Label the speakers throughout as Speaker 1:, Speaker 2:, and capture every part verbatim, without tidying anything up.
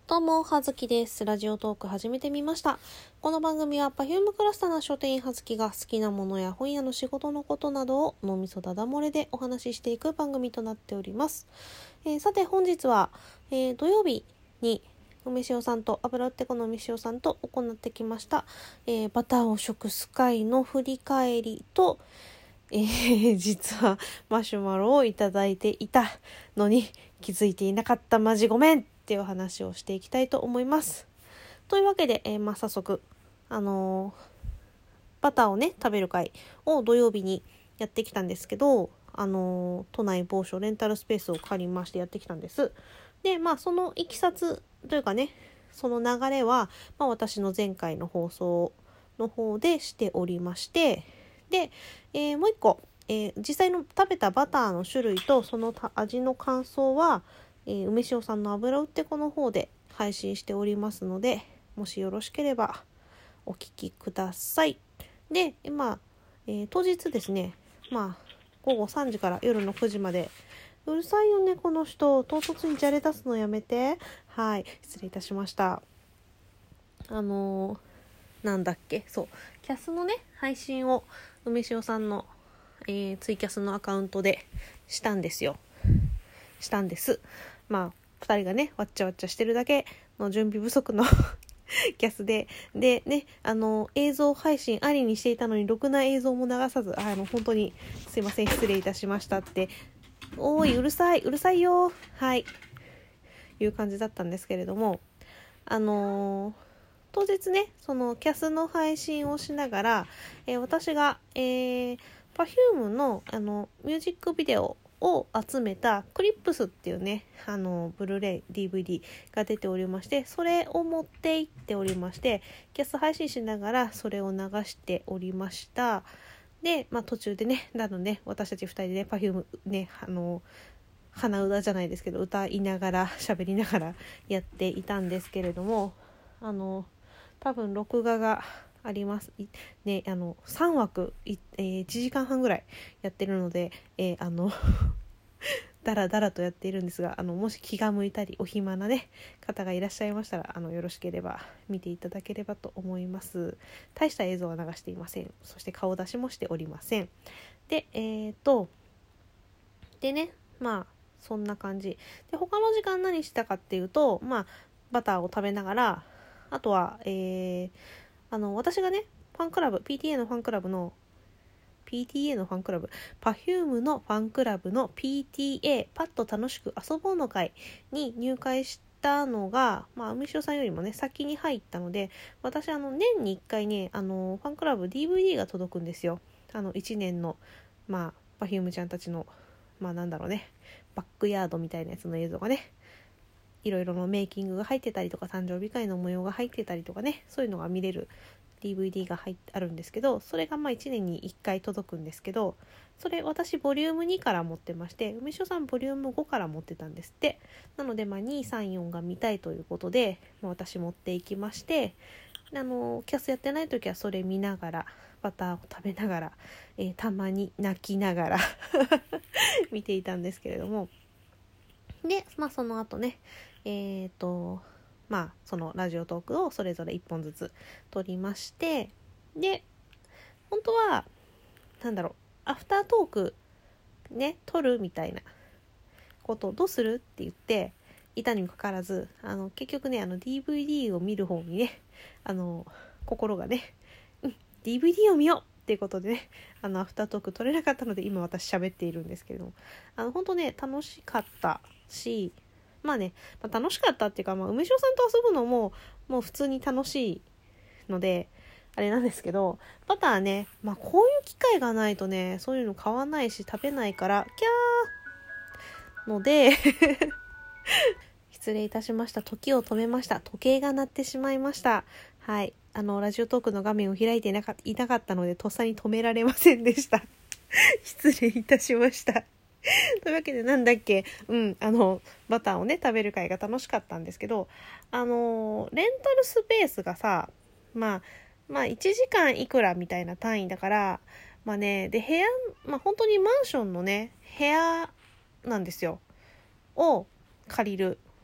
Speaker 1: どうも、はずきです。ラジオトーク始めてみました。この番組は Perfume クラスターな書店員はずきが好きなものや本屋の仕事のことなどを脳みそだだ漏れでお話ししていく番組となっております。えー、さて本日は、えー、土曜日に梅塩さんと油売ってこの梅塩さんと行ってきました、えー、バターを食す会の振り返りと、えー、実はマシュマロをいただいていたのに気づいていなかった、マジごめんっていう話をしていきたいと思います。というわけで、えーまあ、早速、あのー、バターをね食べる会を土曜日にやってきたんですけど、あのー、都内某所レンタルスペースを借りましてやってきたんです。で、まあそのいきさつというかね、その流れは、まあ、私の前回の放送の方でしておりまして、で、えー、もう一個、えー、実際の食べたバターの種類とその味の感想は、えー、梅塩さんの油売ってこの方で配信しておりますので、もしよろしければお聞きください。で、まあ、えー、当日ですね、まあ午後さんじから夜のくじまで、うるさいよねこの人、唐突にじゃれ出すのやめて。はい、失礼いたしました。あのー、なんだっけ、そうキャスのね配信を梅塩さんの、えー、ツイキャスのアカウントでしたんですよしたんですまあふたりがねわっちゃわっちゃしてるだけの準備不足のキャスででね、あの映像配信ありにしていたのにろくな映像も流さず、あの本当にすいません、失礼いたしましたって、おーいうるさいうるさいよはいいう感じだったんですけれども、あのー、当日ねそのキャスの配信をしながら、えー、私が、えー、Perfume のあのミュージックビデオを集めたクリップスっていうね、あのブルーレイ ディーブイディー が出ておりまして、それを持って行っておりまして、キャス配信しながらそれを流しておりました。で、まあ途中でね、なので私たちふたりでね Perfume ね、あの鼻歌じゃないですけど歌いながら喋りながらやっていたんですけれども、あの多分録画がありますね。あのさんわく、えー、いちじかんはんぐらいやってるので、えー、あのだらだらとやっているんですが、あのもし気が向いたりお暇なね方がいらっしゃいましたら、あのよろしければ見ていただければと思います。大した映像は流していません。そして顔出しもしておりません。でえーとでね、まあそんな感じで、他の時間何したかっていうと、まあバターを食べながら、あとは、えー、あの私がねファンクラブ ピーティーエー のファンクラブの ピーティーエー のファンクラブ Perfume のファンクラブの ピーティーエー パッと楽しく遊ぼうの会に入会したのが、まあ梅塩さんよりもね先に入ったので、私あの年にいっかいね、あのファンクラブ ディーブイディー が届くんですよ。あのいちねんのまあ Perfume ちゃんたちのまあなんだろうね、バックヤードみたいなやつの映像がね、いろいろのメイキングが入ってたりとか、誕生日会の模様が入ってたりとかね、そういうのが見れる ディーブイディー が入ってあるんですけど、それがまあいちねんにいっかい届くんですけど、それ私ボリュームにから持ってまして、梅塩さんボリュームごから持ってたんですって。なのでまあに、さん、よんが見たいということで、まあ、私持っていきまして、あのキャスやってない時はそれ見ながら、バターを食べながら、えー、たまに泣きながら見ていたんですけれども、でまあその後ね、えっとまあそのラジオトークをそれぞれいっぽんずつ撮りまして、で本当はなんだろう、アフタートークね撮るみたいなことをどうするって言っていたにもかかわらず、あの結局ね、あの ディーブイディー を見る方にね、あの心がね、うん ディーブイディー を見ようっていうことでね、あのアフタートーク撮れなかったので今私喋っているんですけれども、あの本当ね楽しかったし、まあね、まあ、楽しかったっていうか、まあ、梅塩さんと遊ぶのももう普通に楽しいのであれなんですけど、バターね、まあこういう機会がないとね、そういうの買わないし食べないからキャーので失礼いたしました。時を止めました。時計が鳴ってしまいました。はい、あのラジオトークの画面を開いていなかいなかったのでとっさに止められませんでした失礼いたしましたというわけで、なんだっけ、うんあのバターをね食べる会が楽しかったんですけど、あのレンタルスペースがさ、まあまあいちじかんいくらみたいな単位だから、まあね、で部屋、まあ本当にマンションのね部屋なんですよを借りる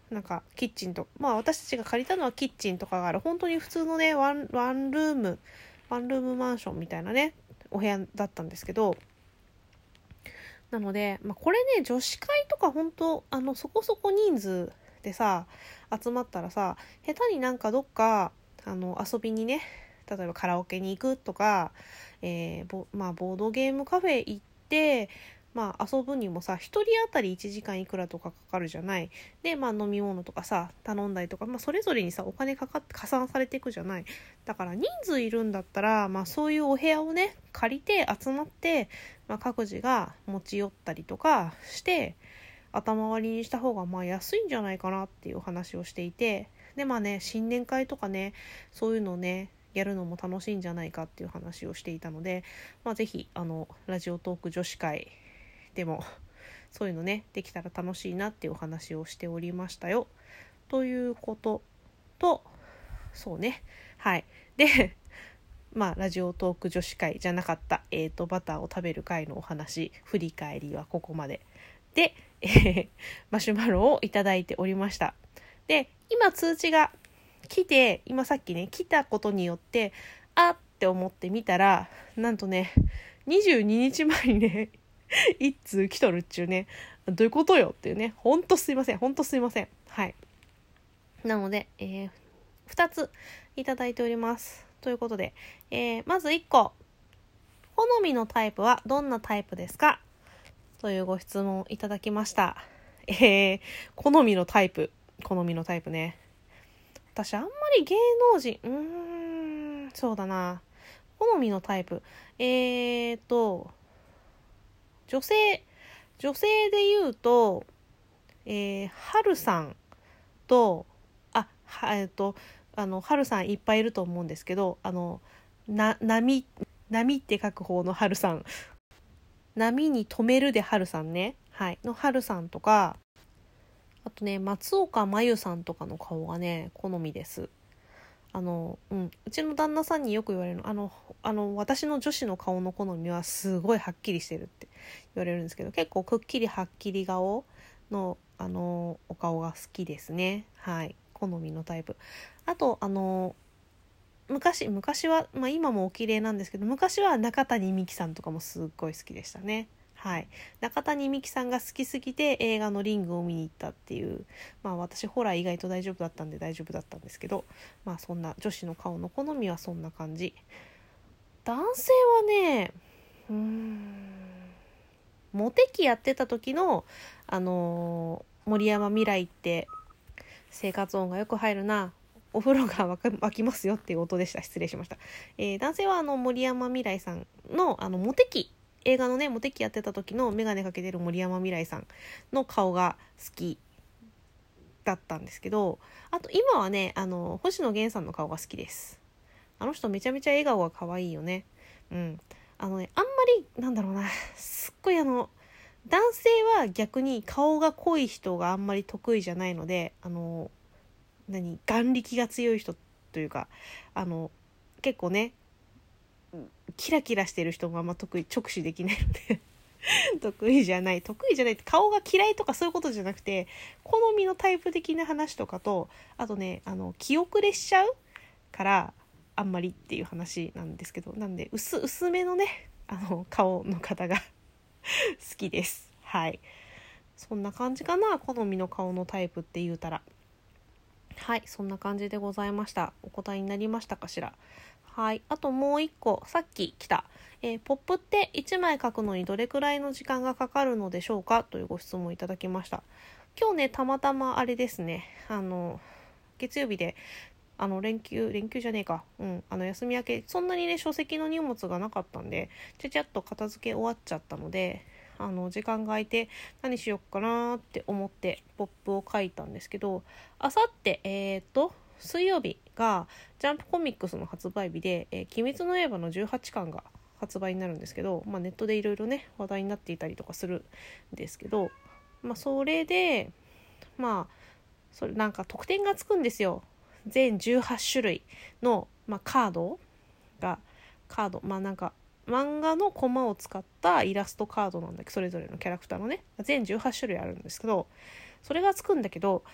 Speaker 1: なんかキッチンとまあ私たちが借りたのはキッチンとかがある本当に普通のねワン、ワンルームワンルームマンションみたいなねお部屋だったんですけど、なので、まあ、これね女子会とか本当あのそこそこ人数でさ集まったらさ、下手になんかどっかあの遊びにね、例えばカラオケに行くとか、えーぼまあ、ボードゲームカフェ行ってまあ遊ぶにもさひとり当たりいちじかんいくらとかかかるじゃない。でまあ飲み物とかさ頼んだりとか、まあ、それぞれにさお金かかって加算されていくじゃない。だから人数いるんだったら、まあ、そういうお部屋をね借りて集まって、まあ、各自が持ち寄ったりとかして頭割りにした方がまあ安いんじゃないかなっていう話をしていて、でまあね新年会とかねそういうのをねやるのも楽しいんじゃないかっていう話をしていたので、まあ、ぜひあのラジオトーク女子会でもそういうのねできたら楽しいなっていうお話をしておりましたよということと、そうねはいでまあラジオトーク女子会じゃなかった、えーとバターを食べる会のお話振り返りはここまでで、えー、マシュマロをいただいておりました。で今通知が来て、今さっきね来たことによってあって思ってみたら、なんとねにじゅうににちまえにね一通来とるっちゅうね、どういうことよっていうね、ほんとすいませんほんとすいませんはいなので、えー、ふたついただいておりますということで、えー、まずいっこ、好みのタイプはどんなタイプですかというご質問をいただきました。えー、好みのタイプ好みのタイプね、私あんまり芸能人うーんそうだな好みのタイプえーと女性女性で言うと、えー、はるさんとあはえっとあのはるさんいっぱいいると思うんですけど、あのな波波って書く方のはるさん、波に止めるではるさんね、はいのはるさんとか、あとね松岡真優さんとかの顔がね好みです。あの、うん、うちの旦那さんによく言われるの、あの、あの私の女子の顔の好みはすごいはっきりしてるって言われるんですけど、結構くっきりはっきり顔のあのお顔が好きですね。はい、好みのタイプ。あとあの昔昔はまあ今もお綺麗なんですけど、昔は中谷美紀さんとかもすっごい好きでしたね。はい、中谷美紀さんが好きすぎて映画のリングを見に行ったっていう、まあ私ホラー意外と大丈夫だったんで大丈夫だったんですけど、まあそんな女子の顔の好みはそんな感じ。男性はねうーんモテ期やってた時のあのー、森山未来って生活音がよく入るな、お風呂が沸きますよっていう音でした。失礼しました。えー、男性はあの森山未來さんのあのモテ期映画のねモテ期やってた時の眼鏡かけてる森山未來さんの顔が好きだったんですけど、あと今はねあの星野源さんの顔が好きです。あの人めちゃめちゃ笑顔が可愛いよね。うんあのねあんまりなんだろうなすっごいあの男性は逆に顔が濃い人があんまり得意じゃないので、あの何眼力が強い人というかあの結構ねキラキラしてる人があんま得意直視できないので得意じゃない得意じゃないって顔が嫌いとかそういうことじゃなくて、好みのタイプ的な話とかと、あとねあの気遅れしちゃうからあんまりっていう話なんですけど、なんで薄薄めのねあの顔の方が好きです。はい、そんな感じかな、好みの顔のタイプって言うたら。はい、そんな感じでございました。お答えになりましたかしら。はい、あともう一個さっき来た、えー、ポップっていちまい書くのにどれくらいの時間がかかるのでしょうかというご質問いただきました。今日ねたまたまあれですね、あの月曜日であの連休連休じゃねえかうんあの休み明け、そんなにね書籍の荷物がなかったんでちゃちゃっと片付け終わっちゃったので、あの時間が空いて何しよっかなって思ってポップを書いたんですけど、あさってえー、っと水曜日がジャンプコミックスの発売日で、えー、鬼滅の刃のじゅうはちかんが発売になるんですけど、まあ、ネットでいろいろね話題になっていたりとかするんですけど、まあ、それでまあそれなんか特典がつくんですよ。全じゅうはちしゅるいの、まあ、カードがカードまあなんか漫画のコマを使ったイラストカードなんだけど、それぞれのキャラクターのね全じゅうはちしゅるいあるんですけど、それがつくんだけど、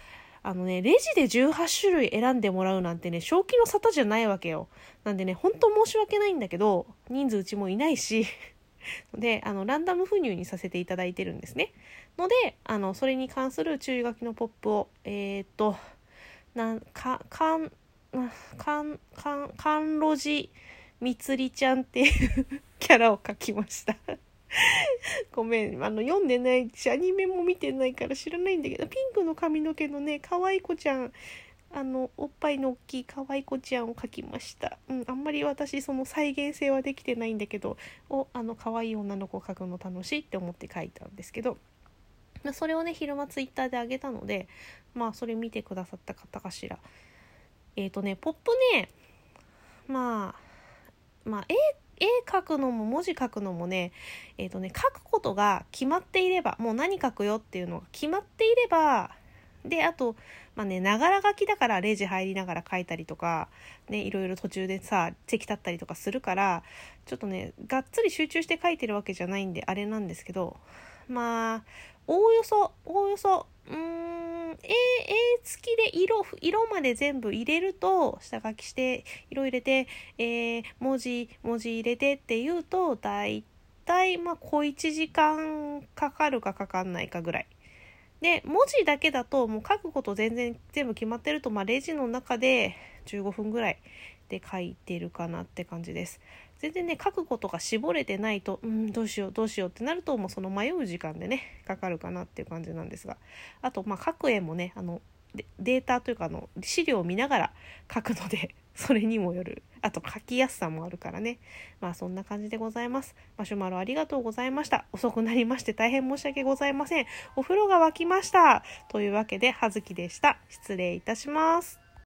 Speaker 1: あのね、レジでじゅうはち種類選んでもらうなんてね、正気の沙汰じゃないわけよ。なんでね、本当申し訳ないんだけど、人数うちもいないし、で、あの、ランダム付入にさせていただいてるんですね。ので、あの、それに関する注意書きのポップを、えー、っと、なんか、かん、かん、かん、かんろじみつりちゃんっていうキャラを書きました。ごめん、あの、読んでないし、アニメも見てないから知らないんだけど、ピンクの髪の毛のね、可愛い子ちゃん、あの、おっぱいの大きい可愛い子ちゃんを描きました。うん、あんまり私、その再現性はできてないんだけど、お、あの、可愛い女の子を描くの楽しいって思って描いたんですけど、それをね、昼間ツイッターであげたので、まあ、それ見てくださった方かしら。えっとね、ポップね、まあ、まあ、絵、絵描くのも文字書くのもね、えっとね、書くことが決まっていれば、もう何書くよっていうのが決まっていれば、で、あと、まあね、ながら書きだからレジ入りながら書いたりとか、ね、いろいろ途中でさ、席立ったりとかするから、ちょっとね、がっつり集中して書いてるわけじゃないんで、あれなんですけど、まあ、おおよそ、おおよそ、うーん、絵、絵付きで色、色まで全部入れると、下書きして、色入れて、えー、文字、文字入れてっていうと、だいたい、まあ、小いちじかんかかるかかかんないかぐらい。で、文字だけだと、もう書くこと全然、全部決まってると、まあ、レジの中でじゅうごふんぐらいで書いてるかなって感じです。全然ね、書くことが絞れてないと、うん、どうしよう、どうしようってなると、もうその迷う時間でね、かかるかなっていう感じなんですが。あと、まあ、書く絵もね、あの、データというか、あの、資料を見ながら書くので、それにもよる。あと、書きやすさもあるからね。まあ、そんな感じでございます。マシュマロありがとうございました。遅くなりまして大変申し訳ございません。お風呂が沸きました。というわけで、はずきでした。失礼いたします。